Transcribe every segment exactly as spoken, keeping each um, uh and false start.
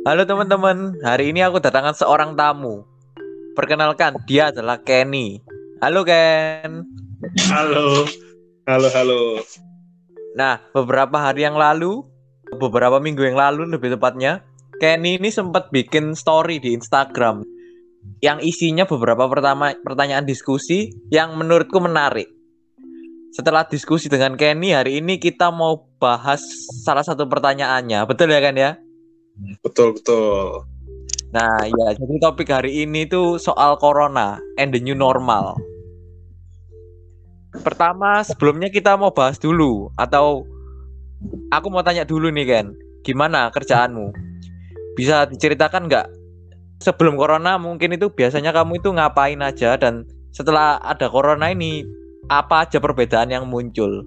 Halo teman-teman, hari ini aku datangkan seorang tamu. Perkenalkan, dia adalah Kenny. Halo Ken. Halo, halo, halo. Nah, beberapa hari yang lalu, beberapa minggu yang lalu lebih tepatnya, Kenny ini sempat bikin story di Instagram yang isinya beberapa pertama pertanyaan diskusi yang menurutku menarik. Setelah diskusi dengan Kenny, hari ini kita mau bahas salah satu pertanyaannya. Betul ya Ken ya? Betul, betul. Nah, ya, jadi topik hari ini tuh soal corona and the new normal. Pertama, sebelumnya kita mau bahas dulu, atau aku mau tanya dulu nih Ken, gimana kerjaanmu? Bisa diceritakan nggak? Sebelum corona mungkin itu biasanya kamu itu ngapain aja, dan setelah ada corona ini, apa aja perbedaan yang muncul?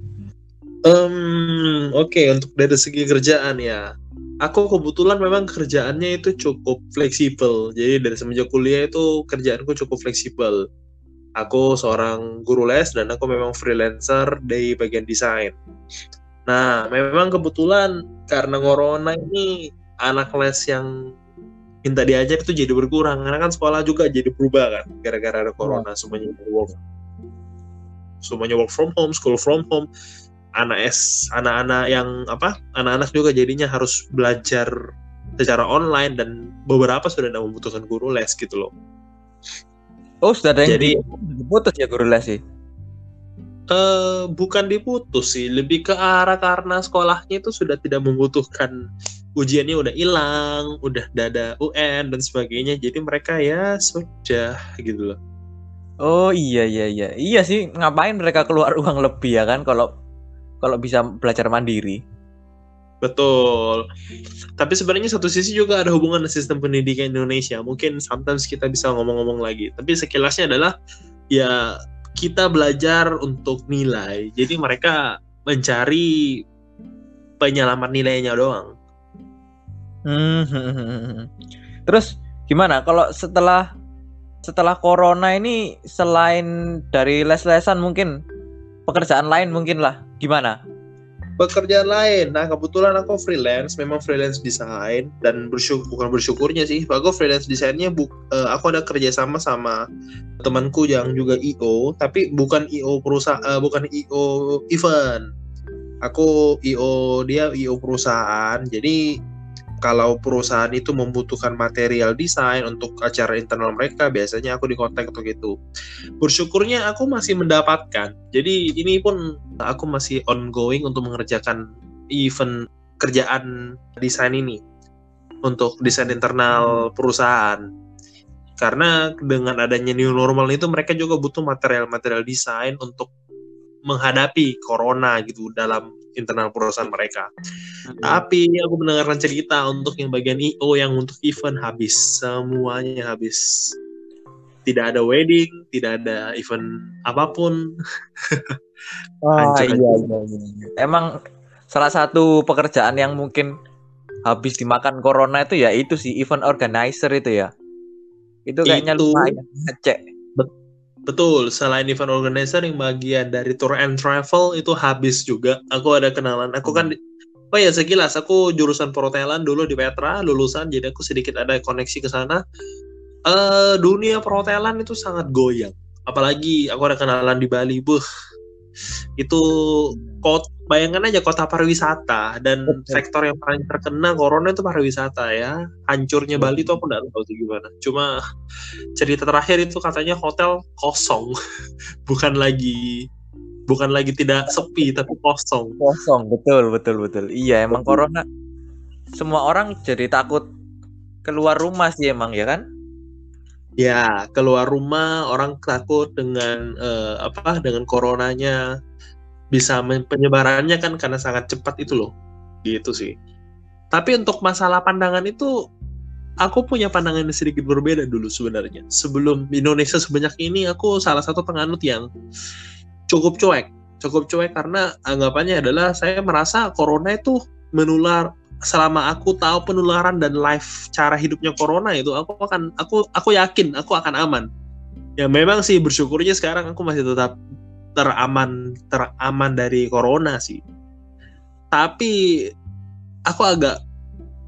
Um, Oke, okay, untuk dari segi kerjaan ya, aku kebetulan memang kerjaannya itu cukup fleksibel. Jadi dari semenjak kuliah itu kerjaanku cukup fleksibel. Aku seorang guru les dan aku memang freelancer di bagian desain. Nah, memang kebetulan karena corona ini anak les yang minta diajar itu jadi berkurang. Karena kan sekolah juga jadi berubah kan, gara-gara ada corona, semuanya work, semuanya work from home, school from home. Anak S, anak-anak yang apa, anak-anak juga jadinya harus belajar secara online dan beberapa sudah tidak membutuhkan guru les gitu loh. Oh, sudah ada yang Jadi diputus ya guru les sih? Uh, bukan diputus sih, lebih ke arah karena sekolahnya itu sudah tidak membutuhkan, ujiannya udah hilang, udah ada U N dan sebagainya, jadi mereka ya sudah gitu loh. Oh iya iya iya iya sih, ngapain mereka keluar uang lebih ya kan kalau kalau bisa belajar mandiri. Betul. Tapi sebenarnya satu sisi juga ada hubungan dengan sistem pendidikan Indonesia. Mungkin sometimes kita bisa ngomong-ngomong lagi. Tapi sekilasnya adalah ya kita belajar untuk nilai. Jadi mereka mencari penyelamat nilainya doang. Hmm. Terus gimana kalau setelah setelah corona ini, selain dari les-lesan mungkin pekerjaan lain mungkin lah, gimana? Pekerjaan lain, nah kebetulan aku freelance, memang freelance desain dan bersyukur, bukan bersyukurnya sih, aku freelance desainnya bu, uh, aku ada kerjasama sama temanku yang juga I O, tapi bukan I O perusahaan, uh, bukan I O event. Aku I O, dia I O perusahaan. Jadi kalau perusahaan itu membutuhkan material desain untuk acara internal mereka, biasanya aku di kontak untuk itu. Bersyukurnya aku masih mendapatkan. Jadi ini pun aku masih ongoing untuk mengerjakan event kerjaan desain ini untuk desain internal perusahaan. Karena dengan adanya new normal itu mereka juga butuh material-material desain untuk menghadapi corona gitu dalam internal perusahaan mereka. Hmm. Tapi aku mendengarkan cerita untuk yang bagian I O yang untuk event habis, semuanya habis. Tidak ada wedding, tidak ada event apapun. Ah iya, iya, iya. Emang salah satu pekerjaan yang mungkin habis dimakan corona itu ya itu sih, event organizer itu ya. Itu kayaknya itu, lumayan ngecek. Betul, selain event organizer yang bagian dari tour and travel itu habis juga. Aku ada kenalan, aku kan oh ya sekilas aku jurusan perhotelan dulu di Petra, lulusan, jadi aku sedikit ada koneksi ke sana. Uh, dunia perhotelan itu sangat goyang. Apalagi aku ada kenalan di Bali, buh. Itu kot, bayangkan aja kota pariwisata dan betul. Sektor yang paling terkena corona itu pariwisata ya. Hancurnya betul. Bali itu aku nggak tahu sih gimana. Cuma cerita terakhir itu katanya hotel kosong, bukan lagi bukan lagi tidak sepi tapi kosong. Kosong, betul betul betul. Iya emang betul. Corona semua orang jadi takut keluar rumah sih emang ya kan? Ya, keluar rumah orang takut dengan uh, apa dengan coronanya, bisa penyebarannya kan karena sangat cepat itu loh. Gitu sih. Tapi untuk masalah pandangan itu aku punya pandangan yang sedikit berbeda dulu sebenarnya. Sebelum Indonesia sebanyak ini aku salah satu penganut yang cukup cuek. Cukup cuek karena anggapannya adalah saya merasa corona itu menular. Selama aku tahu penularan dan life cara hidupnya corona itu, aku akan aku aku yakin aku akan aman. Ya memang sih bersyukurnya sekarang aku masih tetap teraman teraman dari corona sih. Tapi aku agak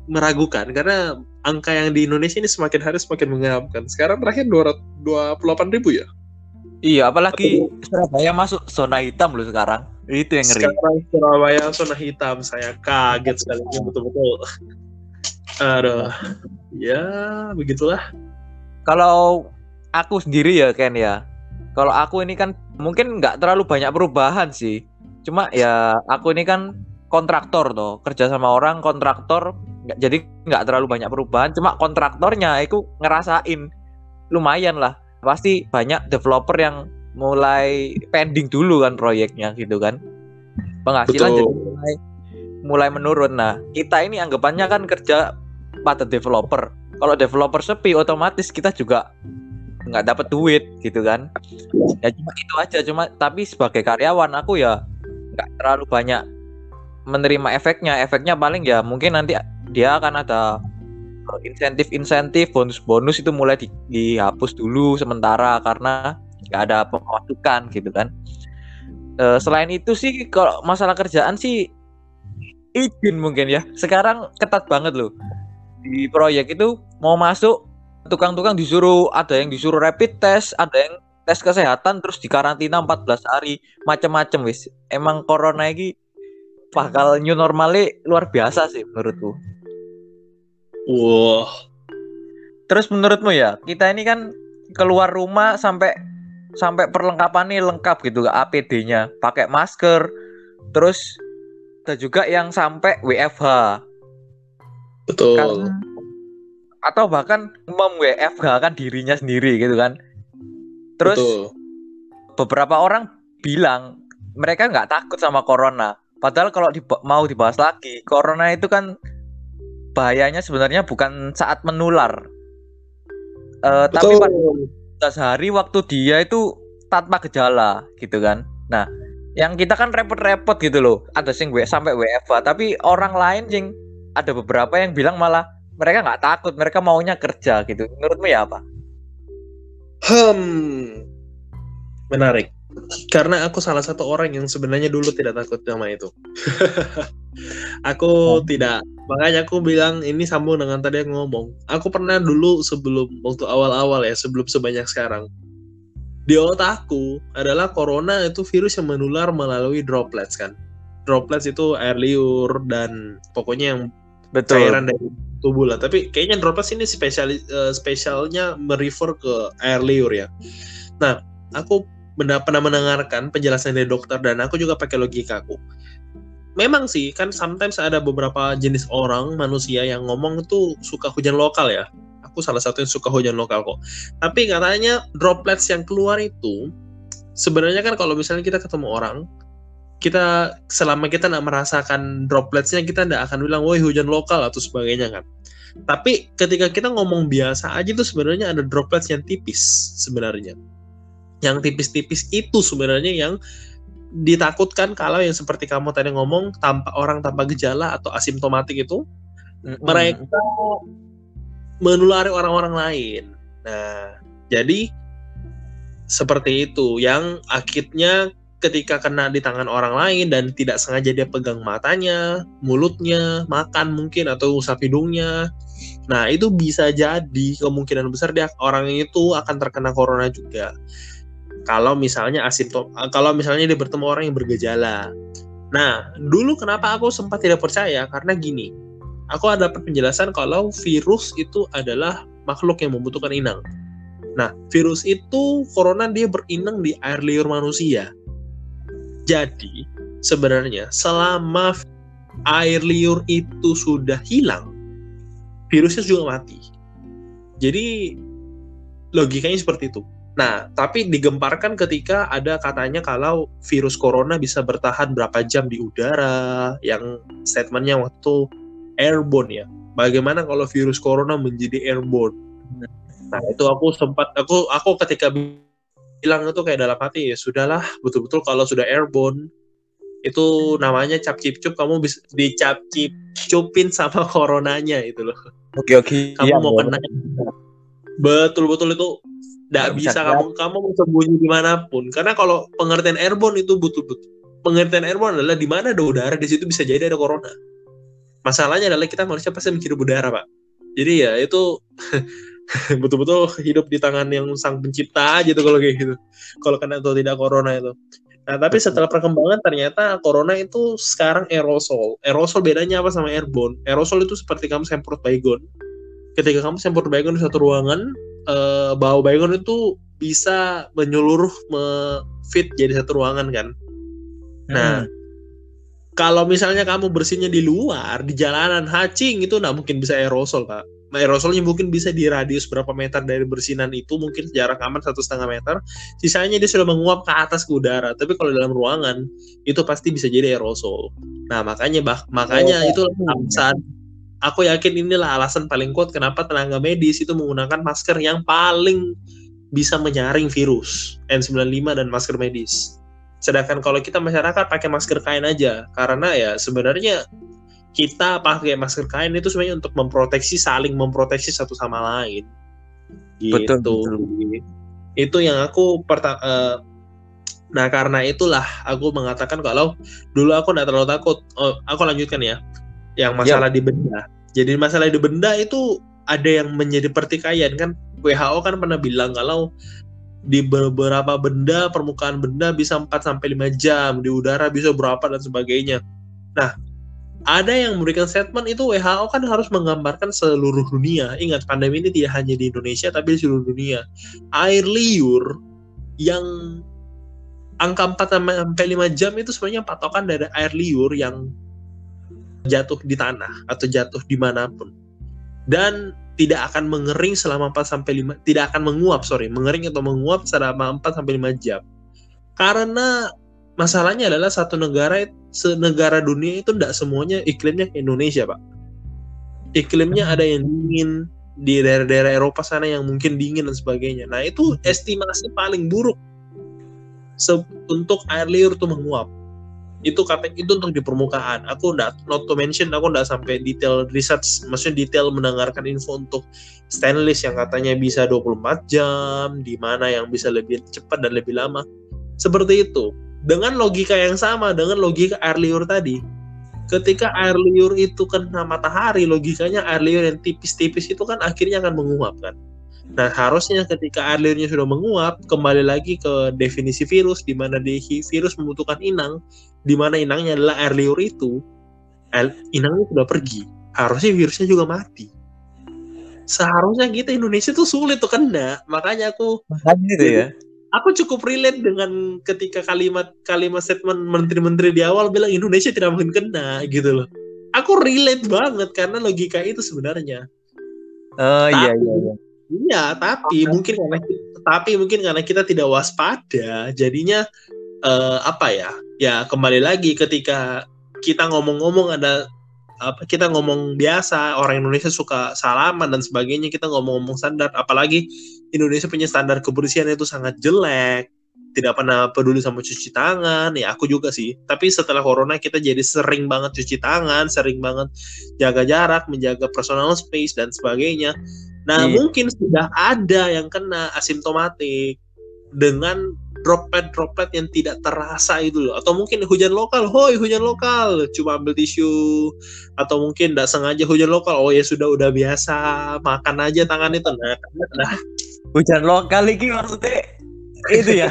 meragukan karena angka yang di Indonesia ini semakin hari semakin menyeramkan. Sekarang terakhir dua dua puluh delapan ribu ya. Iya, apalagi Surabaya masuk zona hitam loh sekarang. Itu yang ngeri. Sekarang Surabaya zona hitam, saya kaget sekali betul-betul. Aduh, ya begitulah. Kalau aku sendiri ya Ken ya, kalau aku ini kan mungkin nggak terlalu banyak perubahan sih. Cuma ya aku ini kan kontraktor toh, kerja sama orang kontraktor, nggak, jadi nggak terlalu banyak perubahan. Cuma kontraktornya itu ngerasain lumayan lah. Pasti banyak developer yang mulai pending dulu kan proyeknya gitu kan. Penghasilan Betul. jadi mulai mulai menurun. Nah, kita ini anggapannya kan kerja pada developer. Kalau developer sepi otomatis kita juga nggak dapat duit gitu kan. Ya cuma itu aja, cuma tapi sebagai karyawan aku ya nggak terlalu banyak menerima efeknya. Efeknya paling ya mungkin nanti dia akan ada insentif-insentif, bonus-bonus itu mulai di, dihapus dulu sementara karena nggak ada pemasukan gitu kan. E, selain itu sih kalau masalah kerjaan sih izin mungkin ya. Sekarang ketat banget loh. Di proyek itu mau masuk tukang-tukang disuruh, ada yang disuruh rapid test, ada yang tes kesehatan terus dikarantina empat belas hari, macam-macam wis. Emang corona ini bakal new normalnya luar biasa sih menurutku. Wah. Terus menurutmu ya, kita ini kan keluar rumah sampai sampai perlengkapannya lengkap gitu, A P D-nya, pakai masker. Terus ada juga yang sampai W F H. Betul. Kan, atau bahkan mem-W F H kan dirinya sendiri gitu kan. Terus Betul. Beberapa orang bilang mereka nggak takut sama corona. Padahal kalau diba- mau dibahas lagi, corona itu kan bahayanya sebenarnya bukan saat menular. Uh, tapi pada belas hari waktu dia itu tanpa gejala gitu kan. Nah, yang kita kan repot-repot gitu loh. Ada sing sampai W F H, tapi orang lain sing ada beberapa yang bilang malah mereka nggak takut, mereka maunya kerja gitu. Menurutmu ya apa? Hmm, menarik. Karena aku salah satu orang yang sebenarnya dulu tidak takut sama itu. Aku hmm. tidak, makanya aku bilang ini sambung dengan tadi yang ngomong. Aku pernah dulu sebelum waktu awal-awal ya, sebelum sebanyak sekarang. Di otakku adalah corona itu virus yang menular melalui droplets kan. Droplets itu air liur dan pokoknya yang betul, cairan dari tubuh lah. Tapi kayaknya droplets ini spesial uh, spesialnya merefer ke air liur ya. Nah, aku pernah mendengarkan penjelasan dari dokter dan aku juga pakai logikaku. Memang sih kan sometimes ada beberapa jenis orang manusia yang ngomong itu suka hujan lokal ya. Aku salah satu yang suka hujan lokal kok. Tapi katanya droplets yang keluar itu sebenarnya kan kalau misalnya kita ketemu orang, kita selama kita nggak merasakan dropletsnya kita nggak akan bilang woi hujan lokal atau sebagainya kan. Tapi ketika kita ngomong biasa aja tuh sebenarnya ada droplets yang tipis sebenarnya. Yang tipis-tipis itu sebenarnya yang ditakutkan kalau yang seperti kamu tadi ngomong tanpa orang tanpa gejala atau asimptomatik itu mm-hmm. mereka menulari orang-orang lain. Nah, jadi seperti itu yang akhirnya ketika kena di tangan orang lain dan tidak sengaja dia pegang matanya, mulutnya, makan mungkin atau usap hidungnya. Nah, itu bisa jadi kemungkinan besar dia orang itu akan terkena corona juga. Kalau misalnya asimptom, kalau misalnya dia bertemu orang yang bergejala. Nah, dulu kenapa aku sempat tidak percaya? Karena gini, aku ada penjelasan kalau virus itu adalah makhluk yang membutuhkan inang. Nah, virus itu, corona dia berinang di air liur manusia. Jadi, sebenarnya selama air liur itu sudah hilang, virusnya juga mati. Jadi, logikanya seperti itu. Nah, tapi digemparkan ketika ada katanya kalau virus corona bisa bertahan berapa jam di udara, yang statementnya waktu airborne ya. Bagaimana kalau virus corona menjadi airborne? Nah, itu aku sempat, aku aku ketika bilang itu kayak dalam hati, ya sudahlah, betul-betul kalau sudah airborne, itu namanya cap cip cup, kamu bisa dicap cip cupin sama coronanya itu loh. Oke oke. Kamu iya, mau kena. Betul-betul itu nggak bisa, bisa kamu kamu mau sembunyi dimanapun, karena kalau pengertian airborne itu betul-betul pengertian airborne adalah di mana ada udara di situ bisa jadi ada corona. masalahnya adalah kita manusia pasti menghirup udara, Pak. Jadi ya itu betul-betul hidup di tangan yang sang pencipta aja tuh kalau kayak gitu. Kalau kena atau tidak corona itu. Nah, tapi setelah perkembangan ternyata corona itu sekarang aerosol. Aerosol bedanya apa sama airborne? Aerosol itu seperti kamu semprot baygon. Ketika kamu semprot baygon di satu ruangan, eh, bau baygon itu bisa menyeluruh, me-fit jadi satu ruangan kan. Nah, hmm. kalau misalnya kamu bersihnya di luar, di jalanan, hacing, itu nggak mungkin bisa aerosol, Pak. Nah, aerosolnya mungkin bisa di radius berapa meter dari bersinan itu, mungkin jarak aman satu setengah meter. Sisanya dia sudah menguap ke atas ke udara. Tapi kalau dalam ruangan, itu pasti bisa jadi aerosol. Nah, makanya bah, makanya oh, itu alasan. Aku yakin inilah alasan paling kuat kenapa tenaga medis itu menggunakan masker yang paling bisa menyaring virus, N sembilan puluh lima dan masker medis. Sedangkan kalau kita masyarakat pakai masker kain aja, karena ya sebenarnya kita pakai masker kain itu sebenarnya untuk memproteksi, saling memproteksi satu sama lain. Gitu. Betul, betul. Itu yang aku perta- uh, nah karena itulah aku mengatakan kalau dulu aku nggak terlalu takut. Oh, aku lanjutkan ya. Yang masalah yep. di benda. Jadi masalah di benda itu ada yang menjadi pertikaian kan. W H O kan pernah bilang kalau di beberapa benda, permukaan benda bisa empat sampai lima jam, di udara bisa berapa dan sebagainya. Nah, ada yang memberikan statement itu W H O kan harus menggambarkan seluruh dunia. Ingat, pandemi ini tidak hanya di Indonesia tapi di seluruh dunia. Air liur yang angka empat sampai lima jam itu sebenarnya patokan dari air liur yang jatuh di tanah atau jatuh dimanapun. Dan tidak akan mengering selama empat sampai lima, tidak akan menguap, sorry, mengering atau menguap selama empat sampai lima jam. Karena masalahnya adalah satu negara, senegara dunia itu tidak semuanya iklimnya ke Indonesia, Pak. Iklimnya ada yang dingin, di daerah-daerah Eropa sana yang mungkin dingin dan sebagainya. Nah, itu estimasi paling buruk se- untuk air liur itu menguap. Itu kata itu untuk di permukaan. Aku enggak, not to mention, aku enggak sampai detail research, maksudnya detail mendengarkan info untuk stainless yang katanya bisa dua puluh empat jam, di mana yang bisa lebih cepat dan lebih lama. Seperti itu. Dengan logika yang sama, dengan logika air liur tadi. Ketika air liur itu kena matahari, logikanya air liur yang tipis-tipis itu kan akhirnya akan menguap kan. Nah, harusnya ketika air liurnya sudah menguap, kembali lagi ke definisi virus, di mana di virus membutuhkan inang, di mana inangnya adalah air liur itu, inangnya sudah pergi. Harusnya virusnya juga mati. Seharusnya kita Indonesia tuh sulit tuh kena. Makanya aku makanya gitu ya. Aku cukup relate dengan ketika kalimat-kalimat statement menteri-menteri di awal bilang Indonesia tidak mungkin kena gitu loh. Aku relate banget karena logika itu sebenarnya. Oh iya iya iya. Iya, tapi oh, mungkin karena tapi mungkin karena kita tidak waspada, jadinya uh, apa ya? Ya kembali lagi ketika kita ngomong-ngomong ada apa kita ngomong biasa, orang Indonesia suka salaman dan sebagainya, kita ngomong-ngomong standar, apalagi Indonesia punya standar kebersihan itu sangat jelek, tidak pernah peduli sama cuci tangan, ya aku juga sih. Tapi setelah corona kita jadi sering banget cuci tangan, sering banget jaga jarak, menjaga personal space dan sebagainya. Nah, iya. Mungkin sudah ada yang kena asimptomatik dengan droplet-droplet yang tidak terasa itu loh. Atau mungkin hujan lokal, hoi hujan lokal, cuma ambil tisu. Atau mungkin tidak sengaja hujan lokal, oh ya sudah udah biasa, makan aja tangan itu. Nah, nah. Hujan lokal ini maksudnya itu ya.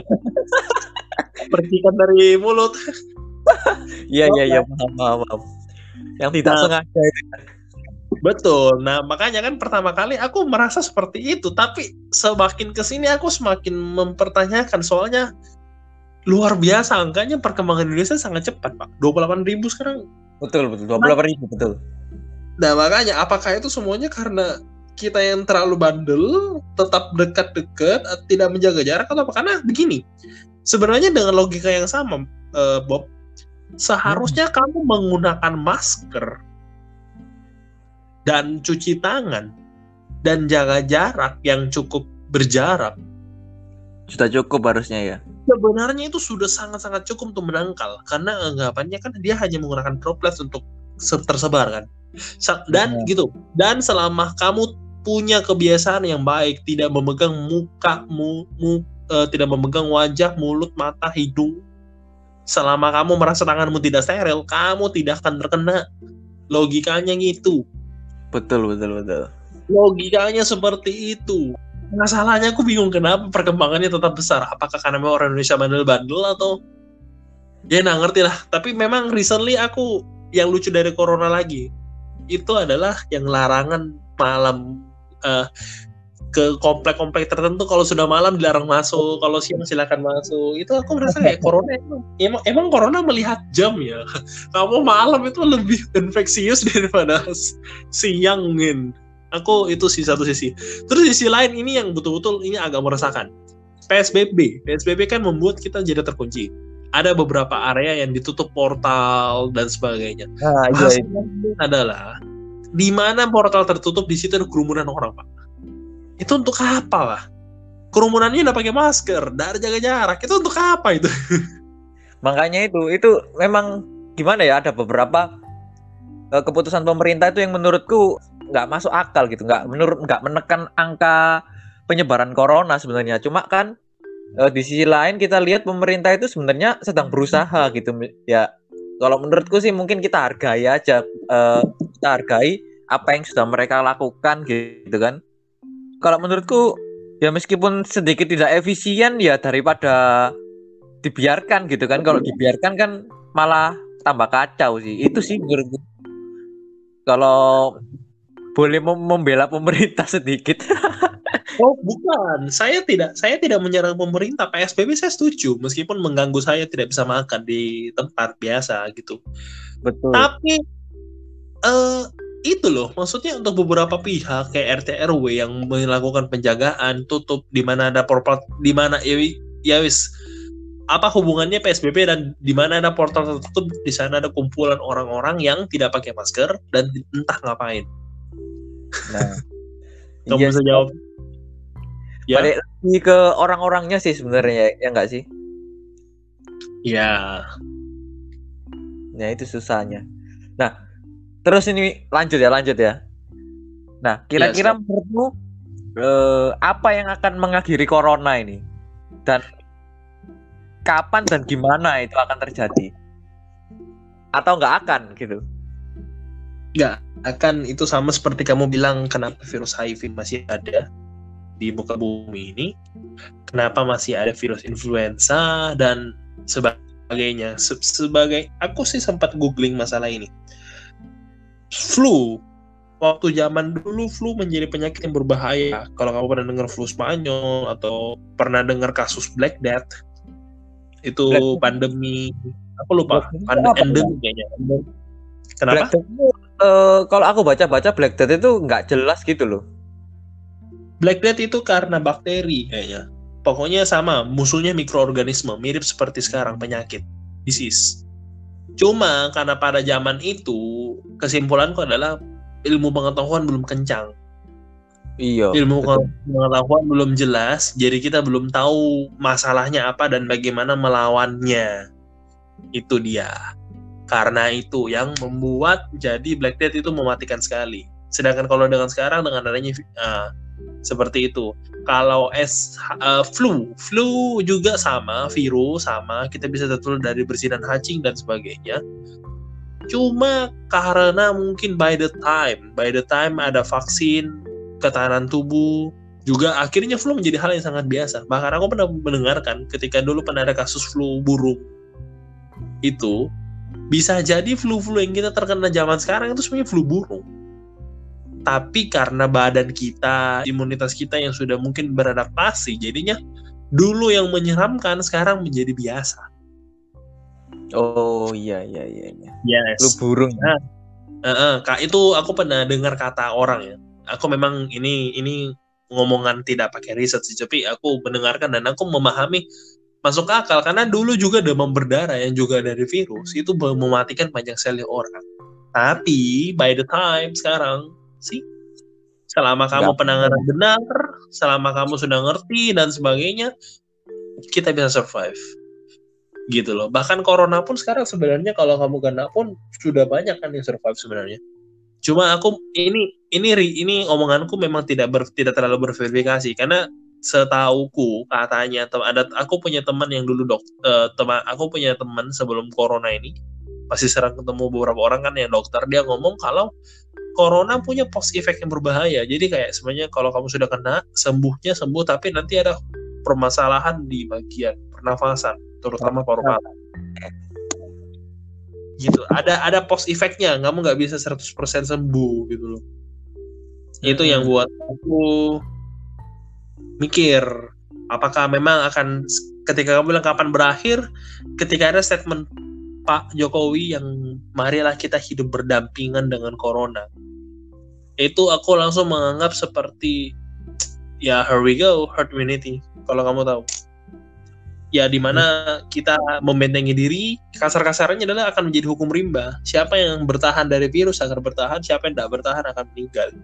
Percikan dari mulut. Iya iya iya paham paham. Yang tidak nah, sengaja itu. Betul. Nah, makanya kan pertama kali aku merasa seperti itu, tapi semakin kesini aku semakin mempertanyakan, soalnya luar biasa angkanya, perkembangan Indonesia sangat cepat, Pak. dua puluh delapan ribu sekarang. Betul, betul. dua puluh delapan ribu, betul. Nah, makanya apakah itu semuanya karena kita yang terlalu bandel, tetap dekat-dekat, tidak menjaga jarak, atau apa? Karena begini, sebenarnya dengan logika yang sama, uh, Bob, seharusnya hmm. kamu menggunakan masker dan cuci tangan dan jaga jarak yang cukup berjarak. Sudah cukup harusnya ya. Sebenarnya itu sudah sangat-sangat cukup untuk menangkal, karena anggapannya kan dia hanya menggunakan droplet untuk tersebar kan. Dan ya. gitu. Dan selama kamu punya kebiasaan yang baik, tidak memegang muka, mu, mu, uh, tidak memegang wajah, mulut, mata, hidung, selama kamu merasa tanganmu tidak steril, kamu tidak akan terkena. Logikanya gitu. Betul, betul, betul. Logikanya seperti itu. Masalahnya aku bingung kenapa perkembangannya tetap besar. Apakah karena memang orang Indonesia bandel-bandel atau ya nggak ngerti lah. Tapi memang recently aku yang lucu dari corona lagi itu adalah yang larangan malam uh, ke komplek-komplek tertentu. Kalau sudah malam dilarang masuk, kalau siang silakan masuk. Itu aku merasa kayak corona emang, emang corona melihat jam ya. Kamu malam itu lebih infeksius daripada siangin. Aku itu sih satu sisi. Terus sisi lain ini yang betul-betul ini agak meresahkan. P S B B, P S B B kan membuat kita jadi terkunci. Ada beberapa area yang ditutup portal dan sebagainya. Nah, Masalahnya iya. adalah di mana portal tertutup di situ ada kerumunan orang, Pak. Itu untuk apa lah? Kerumunannya udah pakai masker, udah jaga jarak. Itu untuk apa itu? Makanya itu, itu memang gimana ya? Ada beberapa uh, keputusan pemerintah itu yang menurutku nggak masuk akal gitu, nggak menurut nggak menekan angka penyebaran corona sebenarnya. Cuma kan uh, di sisi lain kita lihat pemerintah itu sebenarnya sedang berusaha gitu ya. Kalau menurutku sih mungkin kita hargai aja, uh, kita hargai apa yang sudah mereka lakukan gitu kan. Kalau menurutku ya meskipun sedikit tidak efisien ya daripada dibiarkan gitu kan. Kalau dibiarkan kan malah tambah kacau sih. Itu sih menurutku. Kalau boleh mem- membela pemerintah sedikit. Oh, bukan. Saya tidak saya tidak menyerang pemerintah. P S B B saya setuju meskipun mengganggu saya tidak bisa makan di tempat biasa gitu. Betul. Tapi uh, itu loh, maksudnya untuk beberapa pihak kayak R T R W yang melakukan penjagaan tutup di mana ada portal, di mana ya, ya wis apa hubungannya P S B B dan di mana ada portal tertutup, di sana ada kumpulan orang-orang yang tidak pakai masker dan entah ngapain. Nah, kamu iya, bisa jawab? Ya. Balik lagi ke orang-orangnya sih sebenarnya, ya nggak sih? Ya. Ya itu susahnya. Nah, terus ini lanjut ya, lanjut ya. Nah, kira-kira ya, menurutmu eh, apa yang akan mengakhiri corona ini? Dan kapan dan gimana itu akan terjadi? Atau nggak akan gitu? Nggak akan, itu sama seperti kamu bilang kenapa virus H I V masih ada di muka bumi ini, kenapa masih ada virus influenza dan sebagainya. Se- sebagai aku sih sempat googling masalah ini. Flu, waktu zaman dulu flu menjadi penyakit yang berbahaya. Kalau kamu pernah dengar flu Spanyol atau pernah dengar kasus Black Death, itu Black pandemi, aku lupa, pandemi endemi kayaknya. Kenapa? Black Death itu, uh, kalau aku baca-baca Black Death itu nggak jelas gitu loh. Black Death itu karena bakteri kayaknya. Pokoknya sama, musuhnya mikroorganisme, mirip seperti sekarang penyakit, disease. Cuma karena pada zaman itu kesimpulanku adalah ilmu pengetahuan belum kencang. Iya. Ilmu betul. Pengetahuan belum jelas, jadi kita belum tahu masalahnya apa dan bagaimana melawannya. Itu dia. Karena itu yang membuat jadi Black Death itu mematikan sekali. Sedangkan kalau dengan sekarang dengan adanya uh, seperti itu. Kalau es uh, flu, flu juga sama, virus sama, kita bisa tertular dari bersinan hacing dan sebagainya. Cuma karena mungkin by the time, by the time ada vaksin, ketahanan tubuh, juga akhirnya flu menjadi hal yang sangat biasa. Bahkan aku pernah mendengarkan ketika dulu pernah ada kasus flu burung. Itu bisa jadi flu-flu yang kita terkena zaman sekarang itu sebenarnya flu burung. Tapi karena badan kita, imunitas kita yang sudah mungkin beradaptasi, jadinya dulu yang menyeramkan sekarang menjadi biasa. Oh iya iya iya. Yes. Flu burung. Nah, uh, uh, kak itu aku pernah dengar kata orang ya. Aku memang ini ini ngomongan tidak pakai riset sih, tapi aku mendengarkan dan aku memahami masuk akal karena dulu juga demam berdarah yang juga dari virus itu mematikan banyak sekali orang. Tapi by the time sekarang sih selama kamu penanganan benar, selama kamu sudah ngerti dan sebagainya, kita bisa survive gitu loh. Bahkan corona pun sekarang sebenarnya kalau kamu kena pun sudah banyak kan yang survive sebenarnya. Cuma aku ini ini ini omonganku memang tidak ber, tidak terlalu berverifikasi karena setauku katanya ada aku punya teman yang dulu dok uh, teman aku punya teman sebelum corona ini masih sering ketemu beberapa orang kan yang dokter, dia ngomong kalau corona punya post effect yang berbahaya. Jadi kayak sebenarnya kalau kamu sudah kena, sembuhnya sembuh, tapi nanti ada permasalahan di bagian pernafasan, terutama paru-paru. Gitu. Ada ada post effect-nya, kamu nggak bisa seratus persen sembuh gitu loh. Itu yang buat aku mikir, apakah memang akan ketika kamu bilang kapan berakhir, ketika ada statement Pak Jokowi yang marilah kita hidup berdampingan dengan corona, itu aku langsung menganggap seperti ya here we go, herd immunity, kalau kamu tahu ya, dimana kita membentengi diri, kasar-kasarnya adalah akan menjadi hukum rimba. Siapa yang bertahan dari virus akan bertahan, siapa yang tidak bertahan akan meninggal.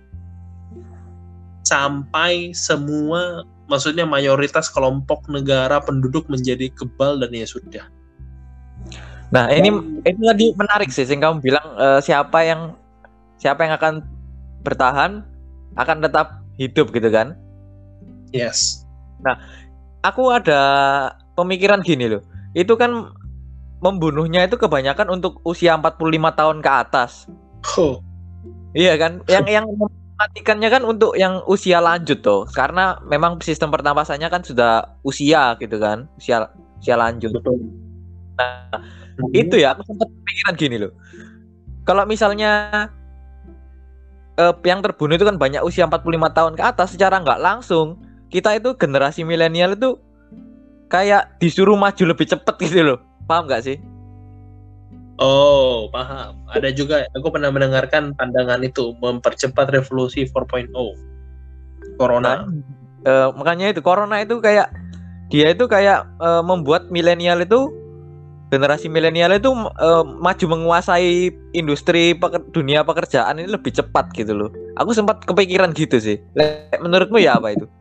Sampai semua, maksudnya mayoritas kelompok negara penduduk menjadi kebal dan ya sudah. Nah ini itu tadi menarik sih, sing kamu bilang uh, siapa yang siapa yang akan bertahan akan tetap hidup gitu kan? Yes. Nah aku ada pemikiran gini loh, itu kan membunuhnya itu kebanyakan untuk usia empat puluh lima tahun ke atas. Oh. Iya kan, yang yang mematikannya kan untuk yang usia lanjut tuh, karena memang sistem pernapasannya kan sudah usia gitu kan, usia usia lanjut. Betul. Nah, itu ya aku sempat pikiran gini loh. Kalau misalnya eh, yang terbunuh itu kan banyak usia empat puluh lima tahun ke atas, secara nggak langsung kita itu generasi milenial itu kayak disuruh maju lebih cepat gitu loh. Paham nggak sih? Oh, paham. Ada juga, aku pernah mendengarkan pandangan itu, mempercepat revolusi empat titik nol. Corona. Nah, eh, makanya itu corona itu kayak dia itu kayak eh, membuat milenial itu, generasi milenial itu uh, maju menguasai industri peker, dunia pekerjaan ini lebih cepat gitu loh. Aku sempat kepikiran gitu sih. Menurutmu ya apa itu?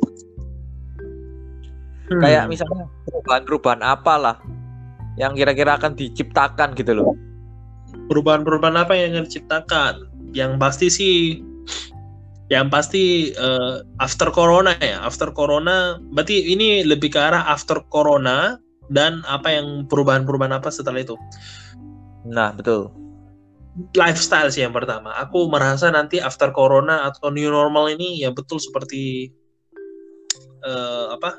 Hmm. Kayak misalnya perubahan-perubahan apalah yang kira-kira akan diciptakan gitu loh. Perubahan-perubahan apa yang akan diciptakan? Yang pasti sih, yang pasti uh, after corona ya. After corona, berarti ini lebih ke arah after corona. Dan apa yang perubahan-perubahan apa setelah itu? Nah, betul. Lifestyle sih yang pertama. Aku merasa nanti after corona atau new normal ini ya betul seperti uh, apa?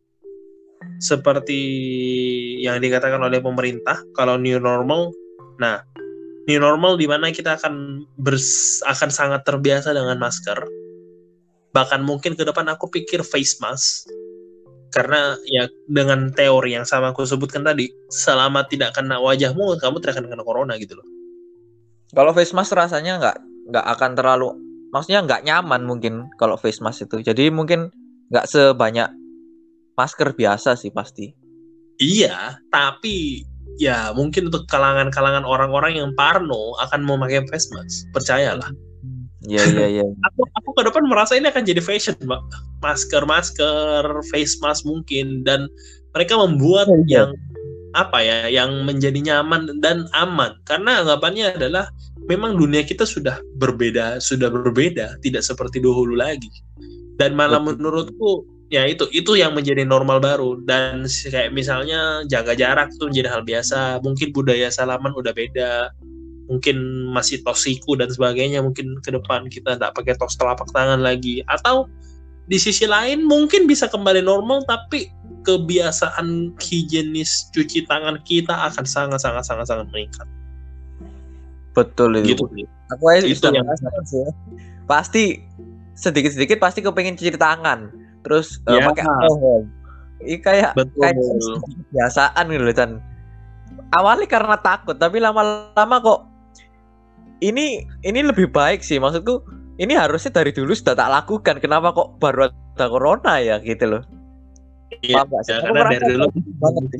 Seperti yang dikatakan oleh pemerintah kalau new normal. Nah, new normal di mana kita akan bers- akan sangat terbiasa dengan masker. Bahkan mungkin ke depan aku pikir face mask. Karena ya dengan teori yang sama aku sebutkan tadi, selama tidak kena wajahmu, kamu tidak akan kena corona gitu loh. Kalau face mask rasanya nggak nggak akan terlalu, maksudnya nggak nyaman mungkin kalau face mask itu. Jadi mungkin nggak sebanyak masker biasa sih pasti. Iya, tapi ya mungkin untuk kalangan-kalangan orang-orang yang parno akan memakai face mask, percayalah. Iya iya iya. Aku aku ke depan merasa ini akan jadi fashion, Mbak. Masker-masker, face mask mungkin, dan mereka membuat oh, iya. yang apa ya, yang menjadi nyaman dan aman. Karena anggapannya adalah memang dunia kita sudah berbeda, sudah berbeda, tidak seperti dahulu lagi. Dan malah betul. Menurutku ya itu itu yang menjadi normal baru. Dan kayak misalnya jaga jarak itu menjadi hal biasa. Mungkin budaya salaman udah beda. Mungkin masih tos siku dan sebagainya, mungkin ke depan kita tidak pakai tos telapak tangan lagi, atau di sisi lain mungkin bisa kembali normal tapi kebiasaan higienis cuci tangan kita akan sangat sangat sangat sangat meningkat. Betul itu. Gitu. Aku aja itu yang ya. Pasti sedikit-sedikit pasti kepengen cuci tangan, terus ya. uh, pakai alkohol. Ini kayak betul. Kayak kebiasaan gitu loh, Chan. Awalnya karena takut, tapi lama-lama kok ini ini lebih baik sih, maksudku ini harusnya dari dulu sudah tak lakukan, kenapa kok baru ada corona ya gitu loh. Iya, ya, karena dari dulu banget sih.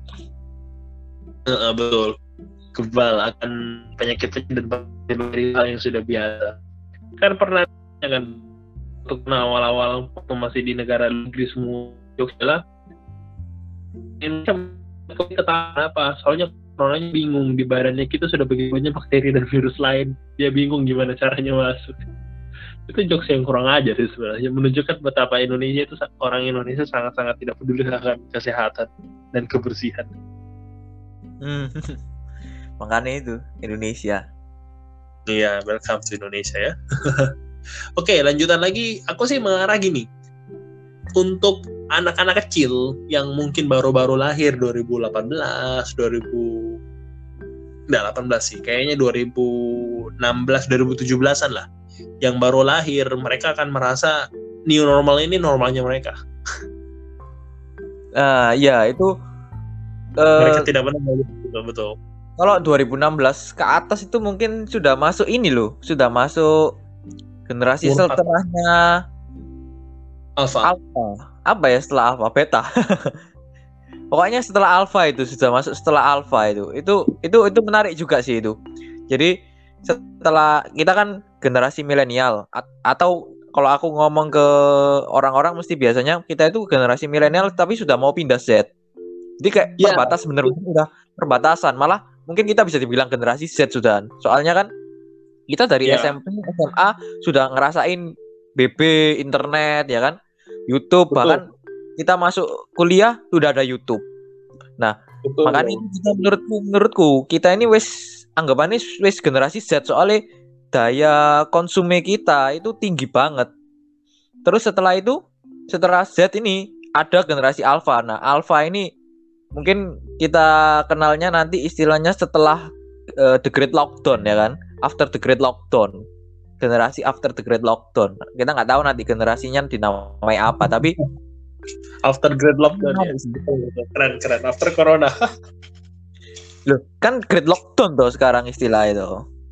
Uh, betul, kebal akan penyakit-penyakit dan bakteri yang sudah biasa. Kan pernah ya kan untuk awal-awal waktu masih di negara negeri semua Jogja ini ketahuan apa? Soalnya coronanya bingung, di badannya kita sudah begitu banyak bakteri dan virus lain, dia bingung gimana caranya masuk. Itu jokes yang kurang ajar sih sebenarnya, menunjukkan betapa Indonesia itu, orang Indonesia sangat-sangat tidak peduli akan kesehatan dan kebersihan. Hmm. Makanya itu Indonesia. Iya, welcome to Indonesia ya. Oke, lanjutan lagi. Aku sih mengarah gini. Untuk anak-anak kecil yang mungkin baru-baru lahir dua ribu delapan belas, dua ribu enggak delapan belas sih, kayaknya dua ribu enam belas, dua ribu tujuh belasan lah. Yang baru lahir, mereka akan merasa new normal ini normalnya mereka. Ah, ya itu Mereka uh, tidak pernah betul-betul. kalau dua ribu enam belas ke atas itu mungkin sudah masuk ini loh, sudah masuk generasi Murtad. setelahnya Alpha. Alpha. Apa ya setelah Alpha? Beta. Pokoknya setelah Alpha itu sudah masuk setelah Alpha itu. Itu itu itu menarik juga sih itu. Jadi setelah kita kan generasi milenial A- atau kalau aku ngomong ke orang-orang mesti biasanya kita itu generasi milenial tapi sudah mau pindah Z. Jadi kayak Ya. perbatas bener-bener udah perbatasan. Malah mungkin kita bisa dibilang generasi Z sudah. Soalnya kan kita dari Ya. S M P, S M A sudah ngerasain B B, internet ya kan, YouTube, Betul. bahkan kita masuk kuliah sudah ada YouTube. Nah, Betul. makanya itu kita menurutku menurutku kita ini wes anggapannya wes generasi Z soalnya daya konsumsi kita itu tinggi banget. Terus setelah itu setelah Z ini ada generasi Alpha. Nah, Alpha ini mungkin kita kenalnya nanti istilahnya setelah uh, the Great Lockdown ya kan, after the Great Lockdown, generasi after the Great Lockdown. Kita nggak tahu nanti generasinya dinamai apa, tapi after Great Lockdown ya. Keren keren after Corona. Loh, kan Great Lockdown tuh sekarang istilah itu.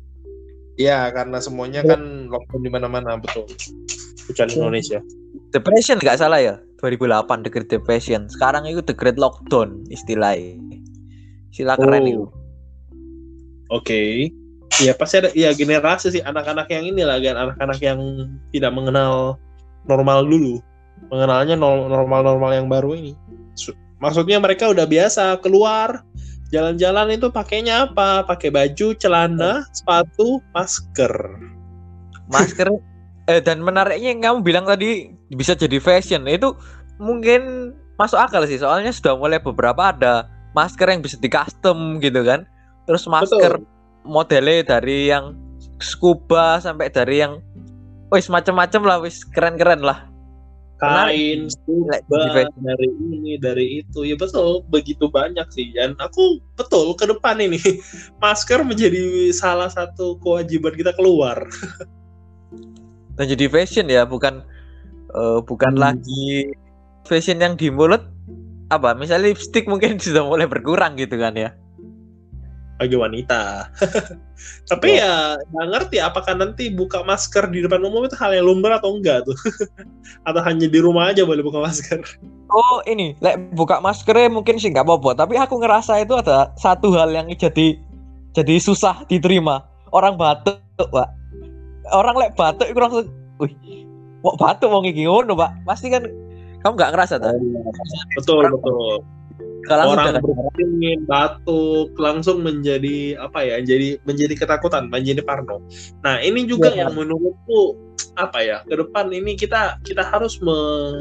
Ya, karena semuanya kan lockdown di mana-mana, betul. Kecuali Indonesia. Depression nggak salah ya, dua ribu delapan The Great Depression. Sekarang itu The Great Lockdown istilahnya. Istilah keren Oh. itu. Oke. Okay. Iya pasti ada ya generasi sih anak-anak yang inilah kan anak-anak yang tidak mengenal normal dulu. Mengenalnya normal-normal yang baru ini. Maksudnya mereka udah biasa keluar jalan-jalan itu pakainya apa? Pakai baju, celana, sepatu, masker. Masker eh, dan menariknya yang kamu bilang tadi bisa jadi fashion. Itu mungkin masuk akal sih. Soalnya sudah mulai beberapa ada masker yang bisa di-custom gitu kan. Terus masker Betul. modelnya dari yang scuba sampai dari yang wis macam-macam lah, wis keren-keren lah. Kain, scuba, dari ini, dari itu. Ya betul, begitu banyak sih. Dan aku betul ke depan ini masker menjadi salah satu kewajiban kita keluar. Dan jadi fashion ya, bukan uh, bukan hmm. lagi fashion yang di mulut apa? Misalnya lipstick mungkin sudah mulai berkurang gitu kan ya. Bagi wanita. Tapi ya nggak ngerti apakah nanti buka masker di depan umum itu hal yang lumrah atau enggak tuh. Atau hanya di rumah aja boleh buka masker. Oh ini, lek buka maskernya mungkin sih nggak apa-apa. Tapi aku ngerasa itu ada satu hal yang jadi jadi susah diterima. Orang batuk, Pak. Orang lek batuk itu langsung, wih, kok batuk mau ngiki ngono, Pak? Pasti kan kamu nggak ngerasa tak? Betul, orang, betul. Kalau orang berkeringat, batuk, langsung menjadi apa ya? Jadi menjadi ketakutan, menjadi parno. Nah ini juga ya, yang menurutku apa ya? Ke depan ini kita kita harus me...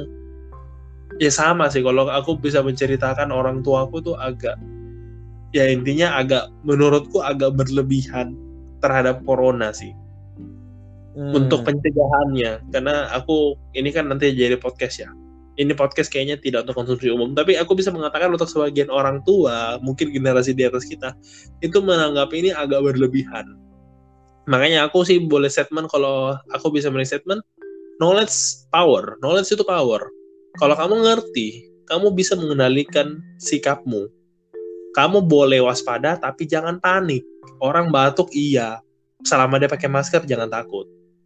ya sama sih. Kalau aku bisa menceritakan orang tua aku tuh agak, ya intinya agak menurutku agak berlebihan terhadap corona sih. Hmm. Untuk pencegahannya, karena aku ini kan nanti jadi podcast ya. Ini podcast kayaknya tidak untuk konsumsi umum, tapi aku bisa mengatakan untuk sebagian orang tua, mungkin generasi di atas kita, itu menganggap ini agak berlebihan. Makanya aku sih boleh statement, kalau aku bisa beri statement, knowledge power, knowledge itu power. Kalau kamu ngerti, kamu bisa mengendalikan sikapmu. Kamu boleh waspada, tapi jangan panik. Orang batuk iya, selama dia pakai masker jangan takut.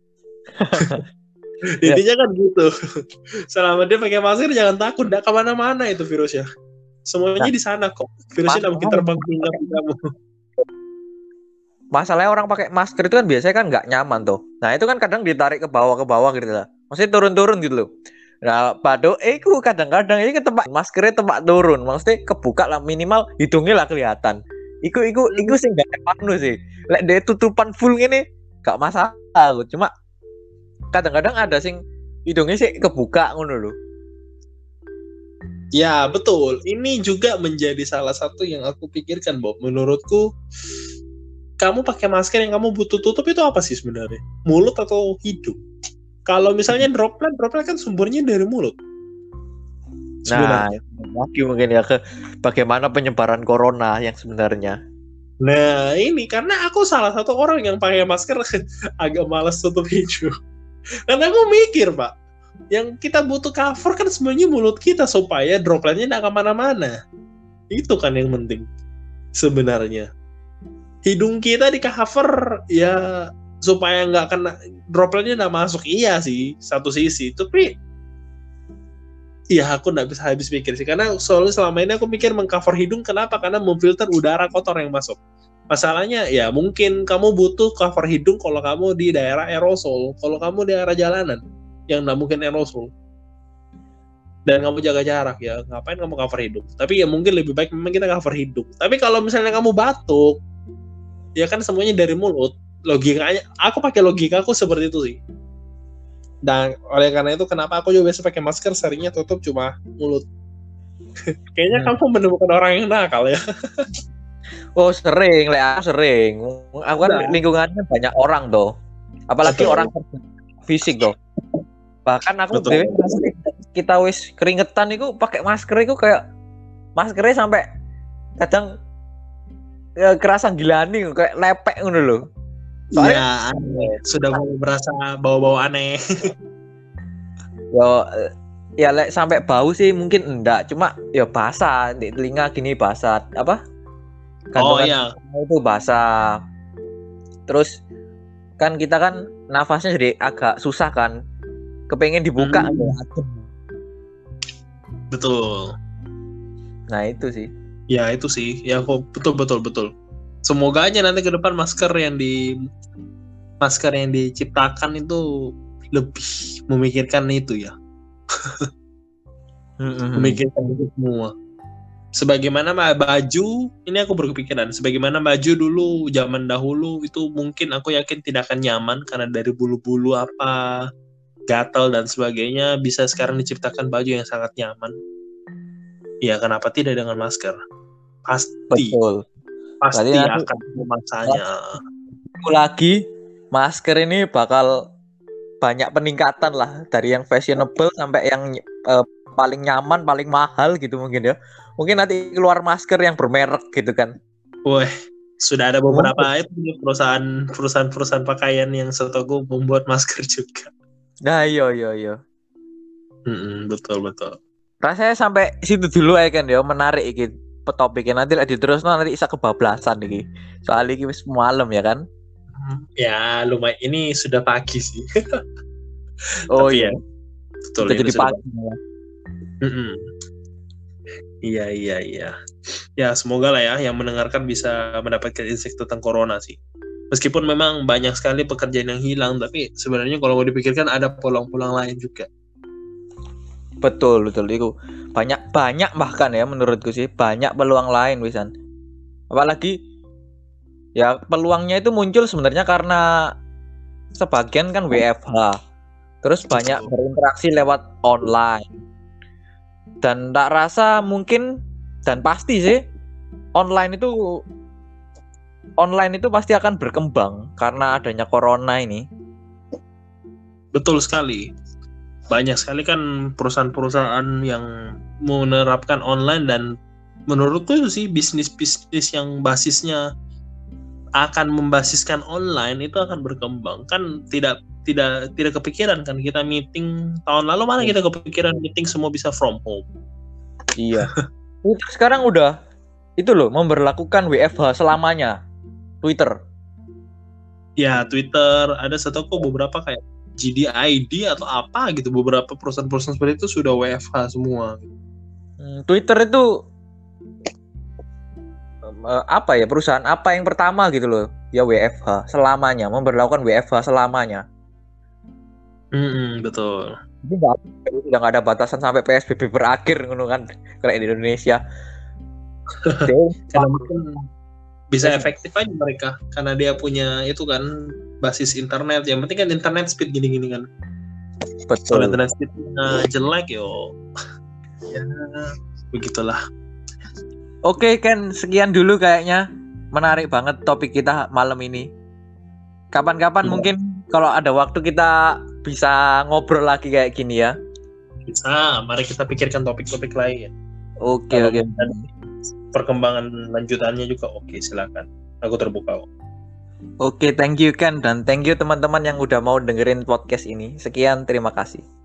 Intinya kan gitu. Selama dia pakai masker jangan takut, nggak kemana-mana itu virusnya. Semuanya nah, di sana kok. Virusnya nggak mungkin terbang ke kamu. Masalahnya orang pakai masker itu kan biasanya kan nggak nyaman tuh. Nah itu kan kadang ditarik ke bawah ke bawah gitu lah. Maksudnya turun-turun gitu loh. Nah pada eh ku kadang-kadang ini ke tempat maskernya tempat turun. Maksudnya kebuka lah minimal hidungnya lah kelihatan. Iku iku iku sih nggak panu sih. Lek dia tutupan full ini nggak masalah. Cuma kadang-kadang ada sing hidungnya sih kebuka ngono lho. Ya betul. Ini juga menjadi salah satu yang aku pikirkan, Bob. Menurutku kamu pakai masker yang kamu butuh tutup itu apa sih sebenarnya? Mulut atau hidung? Kalau misalnya droplet, droplet kan sumbernya dari mulut. Nah, Sebenarnya. lagi mungkin ya ke bagaimana penyebaran corona yang sebenarnya. Nah, ini karena aku salah satu orang yang pakai masker agak malas tutup hidung. Karena aku mikir, Pak, yang kita butuh cover kan sebenarnya mulut kita supaya dropletnya nggak kemana-mana. Itu kan yang penting sebenarnya. Hidung kita di cover ya supaya nggak kena dropletnya nggak masuk, iya sih satu sisi. Tapi ya aku nggak bisa habis pikir sih, karena soalnya selama ini aku mikir mengcover hidung kenapa? Karena memfilter udara kotor yang masuk. Masalahnya ya mungkin kamu butuh cover hidung kalau kamu di daerah aerosol, kalau kamu di daerah jalanan yang nggak mungkin aerosol dan kamu jaga jarak, ya ngapain kamu cover hidung? Tapi ya mungkin lebih baik memang kita cover hidung. Tapi kalau misalnya kamu batuk, ya kan semuanya dari mulut. Logikanya, aku pakai logika aku seperti itu sih. Dan oleh karena itu kenapa aku juga biasa pakai masker, seringnya tutup cuma mulut. Kayaknya hmm. kamu menemukan orang yang nakal ya. Oh sering, le aku sering. Aku kan nah. lingkungannya banyak orang toh. Apalagi Betul. orang fisik toh. Bahkan aku dewe kita wis keringetan itu pakai masker itu kayak maskernya sampai kadang ya, kerasa gilani kayak lepek ngono lho. Iya, aneh. Sudah mau merasa bau-bau aneh. Yo ya lek sampai bau sih mungkin enggak, cuma ya basah di telinga gini basah apa? Gantungan oh iya. Itu basah. Terus kan kita kan nafasnya jadi agak susah kan. Kepengen dibuka hmm. adem. Betul. Nah, itu sih. Ya, itu sih. Ya kok betul betul betul. Semoga aja nanti ke depan masker yang di masker yang diciptakan itu lebih memikirkan itu ya. Memikirkan itu semua. Sebagaimana baju, ini aku berkepikiran, sebagaimana baju dulu zaman dahulu itu mungkin aku yakin tidak akan nyaman karena dari bulu-bulu apa, gatal dan sebagainya, bisa sekarang diciptakan baju yang sangat nyaman. Ya, kenapa tidak dengan masker? Pasti. Betul. Pasti Berarti akan masanya. Lagi masker ini bakal banyak peningkatan lah, dari yang fashionable sampai yang uh, paling nyaman, paling mahal gitu mungkin ya. Mungkin nanti keluar masker yang bermerek gitu kan. Wah, sudah ada beberapa itu perusahaan perusahaan perusahaan pakaian yang setahu membuat masker juga. Nah, iya iya iya. Mm-mm, betul betul. Rasanya sampai situ dulu ya kan ya, menarik gitu topiknya, nanti lagi terus nanti bisa kebablasan nih. Soalnya ini wis malam ya kan. Ya lumayan, ini sudah pagi sih. Oh iya. Ya, betul. Jadi pagi ya. Iya iya iya. Ya semoga lah ya yang mendengarkan bisa mendapatkan insight tentang corona sih. Meskipun memang banyak sekali pekerjaan yang hilang, tapi sebenarnya kalau mau dipikirkan ada peluang-peluang lain juga. Betul betul itu banyak banyak bahkan ya menurutku sih banyak peluang lain Wisan. Apalagi ya peluangnya itu muncul sebenarnya karena sebagian kan W F H, terus banyak berinteraksi lewat online. Dan tak rasa mungkin dan pasti sih online itu online itu pasti akan berkembang karena adanya corona ini. Betul sekali. Banyak sekali kan perusahaan-perusahaan yang menerapkan online, dan menurutku itu sih bisnis-bisnis yang basisnya akan membasiskan online itu akan berkembang. Kan tidak tidak tidak kepikiran kan kita meeting tahun lalu, mana kita kepikiran meeting semua bisa from home. Iya. Twitter sekarang udah itu loh memberlakukan W F H selamanya. Twitter. Ya, Twitter ada satu kok beberapa kayak G D I D atau apa gitu, beberapa perusahaan-perusahaan seperti itu sudah W F H semua. Hmm, Twitter itu apa ya, perusahaan apa yang pertama gitu loh ya W F H selamanya, memberlakukan W F H selamanya. Hmm, betul. Jadi nggak udah nggak ada batasan sampai P S B B berakhir ngono kan kayak di Indonesia. Karena mungkin bisa efektif aja mereka karena dia punya itu kan basis internet. Yang penting kan internet speed gini-gini kan. Betul. Kalau internet speednya jelek yo, ya begitulah. Oke Ken, sekian dulu kayaknya menarik banget topik kita malam ini. Kapan-kapan Iya. mungkin kalau ada waktu kita bisa ngobrol lagi kayak gini ya. Bisa, mari kita pikirkan topik-topik lain. Oke Kalau oke. ada perkembangan lanjutannya juga oke, silakan. Aku terbuka. Oke, thank you Ken dan thank you teman-teman yang udah mau dengerin podcast ini. Sekian, terima kasih.